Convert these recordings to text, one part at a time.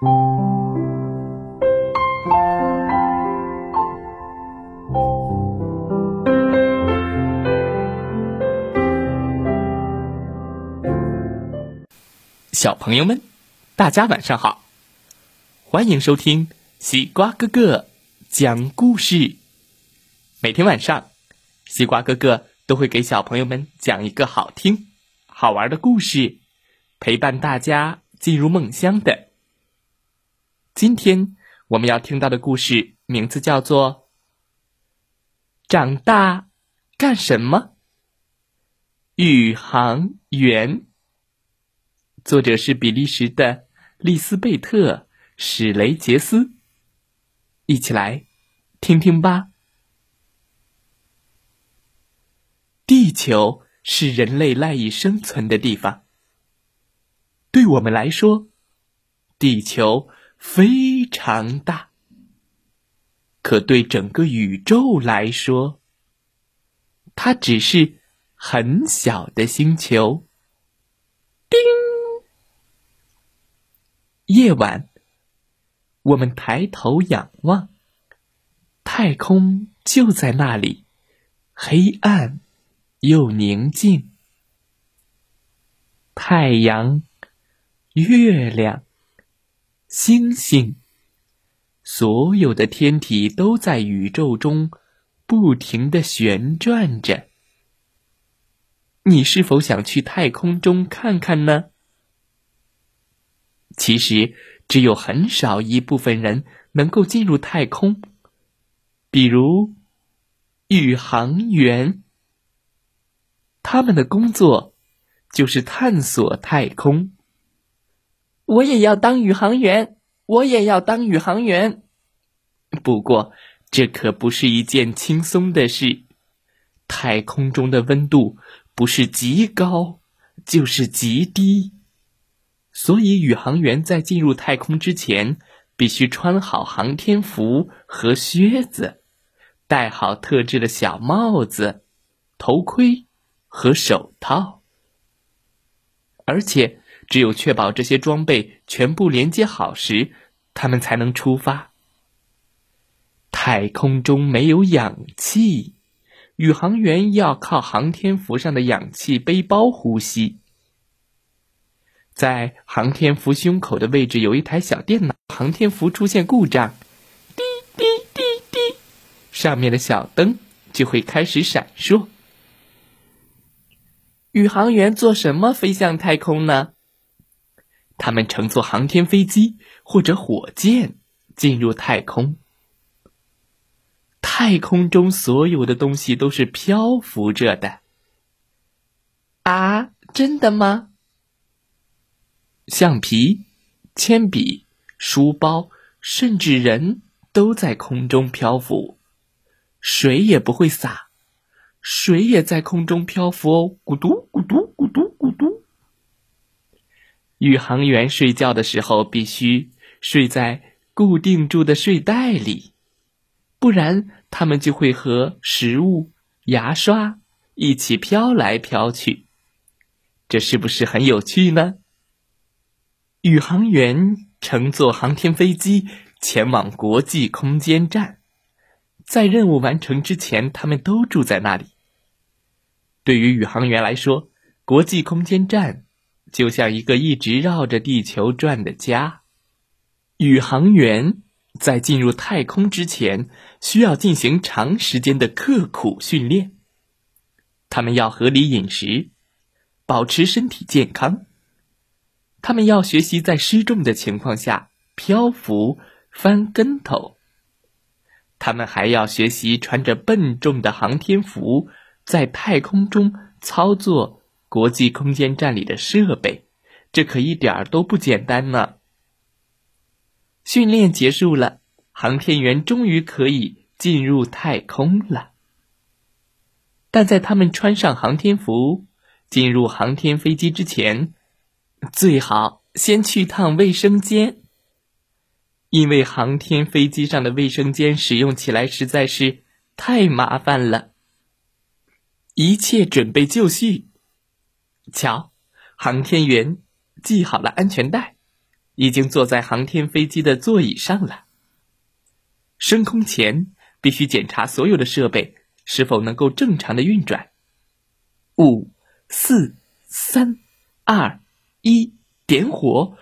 小朋友们，大家晚上好，欢迎收听西瓜哥哥讲故事。每天晚上，西瓜哥哥都会给小朋友们讲一个好听、好玩的故事，陪伴大家进入梦乡的。今天我们要听到的故事名字叫做长大干什么？宇航员。作者是比利时的利斯贝特·史雷杰斯，一起来听听吧。地球是人类赖以生存的地方。对我们来说，地球非常大，可对整个宇宙来说，它只是很小的星球。叮！夜晚，我们抬头仰望，太空就在那里，黑暗又宁静。太阳、月亮、星星，所有的天体都在宇宙中不停地旋转着。你是否想去太空中看看呢？其实只有很少一部分人能够进入太空，比如宇航员。他们的工作就是探索太空。我也要当宇航员，我也要当宇航员。不过，这可不是一件轻松的事。太空中的温度不是极高，就是极低。所以宇航员在进入太空之前，必须穿好航天服和靴子，戴好特制的小帽子、头盔和手套。而且，只有确保这些装备全部连接好时，他们才能出发。太空中没有氧气，宇航员要靠航天服上的氧气背包呼吸。在航天服胸口的位置有一台小电脑，航天服出现故障，滴滴滴滴，上面的小灯就会开始闪烁。宇航员做什么飞向太空呢？他们乘坐航天飞机或者火箭进入太空。太空中所有的东西都是漂浮着的。啊，真的吗？橡皮、铅笔、书包，甚至人都在空中漂浮。水也不会洒，水也在空中漂浮哦，咕嘟咕嘟咕嘟咕嘟。宇航员睡觉的时候必须睡在固定住的睡袋里，不然他们就会和食物、牙刷一起飘来飘去。这是不是很有趣呢？宇航员乘坐航天飞机前往国际空间站，在任务完成之前，他们都住在那里。对于宇航员来说，国际空间站就像一个一直绕着地球转的家。宇航员在进入太空之前，需要进行长时间的刻苦训练。他们要合理饮食，保持身体健康。他们要学习在失重的情况下漂浮、翻跟头。他们还要学习穿着笨重的航天服，在太空中操作国际空间站里的设备，这可一点儿都不简单呢。训练结束了，航天员终于可以进入太空了。但在他们穿上航天服，进入航天飞机之前，最好先去趟卫生间，因为航天飞机上的卫生间使用起来实在是太麻烦了。一切准备就绪，瞧，航天员系好了安全带， 已经坐在航天飞机的座椅上了。升空前必须检查所有的设备是否能够正常的运转。5、4、3、2、1，点火！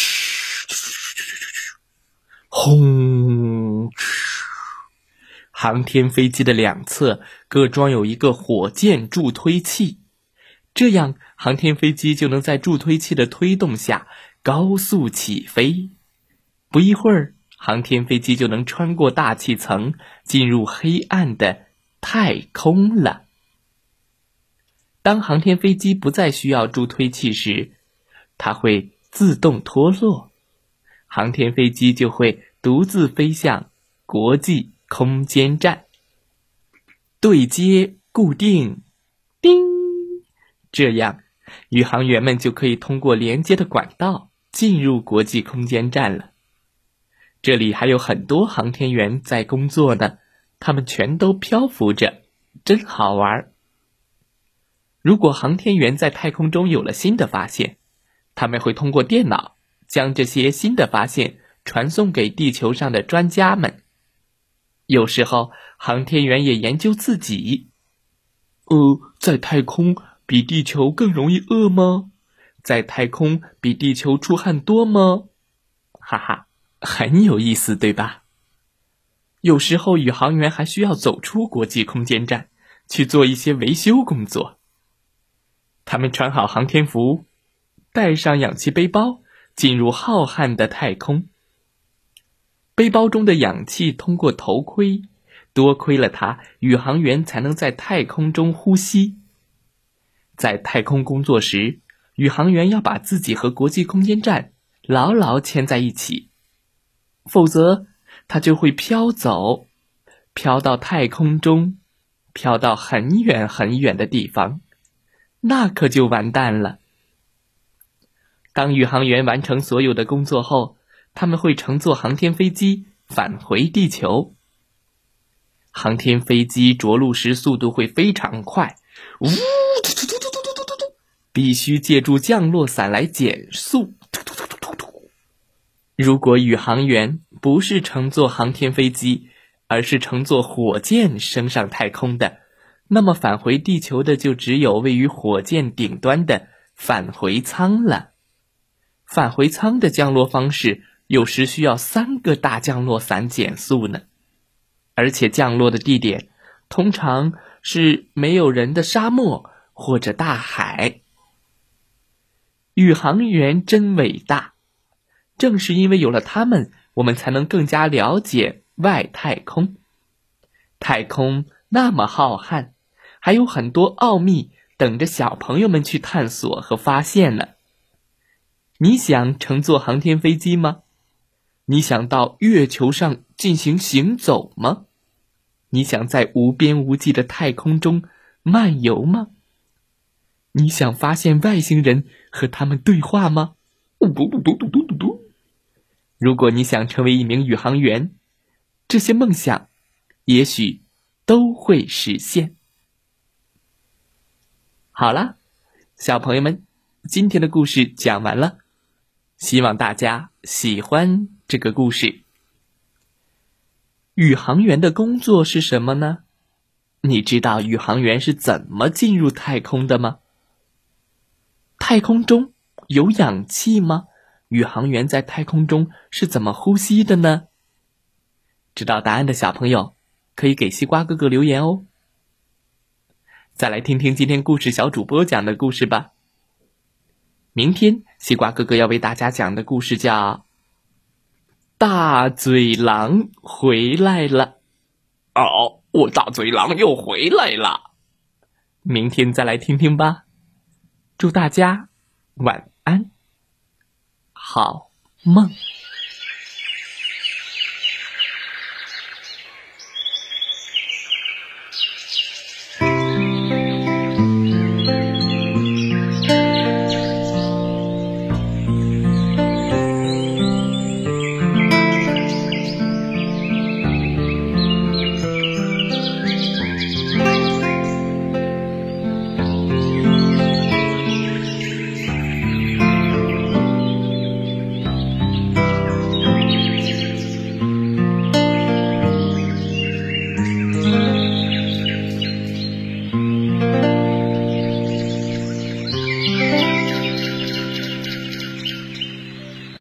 轰！航天飞机的两侧各装有一个火箭助推器，这样航天飞机就能在助推器的推动下高速起飞。不一会儿，航天飞机就能穿过大气层，进入黑暗的太空了。当航天飞机不再需要助推器时，它会自动脱落，航天飞机就会独自飞向国际空间站。对接固定，叮，这样宇航员们就可以通过连接的管道进入国际空间站了。这里还有很多航天员在工作呢，他们全都漂浮着，真好玩。如果航天员在太空中有了新的发现，他们会通过电脑将这些新的发现传送给地球上的专家们。有时候航天员也研究自己。在太空比地球更容易饿吗？在太空比地球出汗多吗？哈哈，很有意思，对吧？有时候宇航员还需要走出国际空间站，去做一些维修工作。他们穿好航天服，带上氧气背包，进入浩瀚的太空。背包中的氧气通过头盔，多亏了它，宇航员才能在太空中呼吸。在太空工作时，宇航员要把自己和国际空间站牢牢牵在一起，否则它就会飘走，飘到太空中，飘到很远很远的地方，那可就完蛋了。当宇航员完成所有的工作后，他们会乘坐航天飞机返回地球。航天飞机着陆时速度会非常快，必须借助降落伞来减速。如果宇航员不是乘坐航天飞机，而是乘坐火箭升上太空的，那么返回地球的就只有位于火箭顶端的返回舱了。返回舱的降落方式有时需要3个大降落伞减速呢，而且降落的地点通常是没有人的沙漠或者大海。宇航员真伟大，正是因为有了他们，我们才能更加了解外太空。太空那么浩瀚，还有很多奥秘等着小朋友们去探索和发现呢。你想乘坐航天飞机吗？你想到月球上进行行走吗？你想在无边无际的太空中漫游吗？你想发现外星人和他们对话吗？如果你想成为一名宇航员，这些梦想也许都会实现。好了，小朋友们，今天的故事讲完了，希望大家喜欢这个故事。宇航员的工作是什么呢？你知道宇航员是怎么进入太空的吗？太空中有氧气吗？宇航员在太空中是怎么呼吸的呢？知道答案的小朋友可以给西瓜哥哥留言哦。再来听听今天故事小主播讲的故事吧。明天西瓜哥哥要为大家讲的故事叫大嘴狼回来了。我大嘴狼又回来了。明天再来听听吧。祝大家晚安，好梦。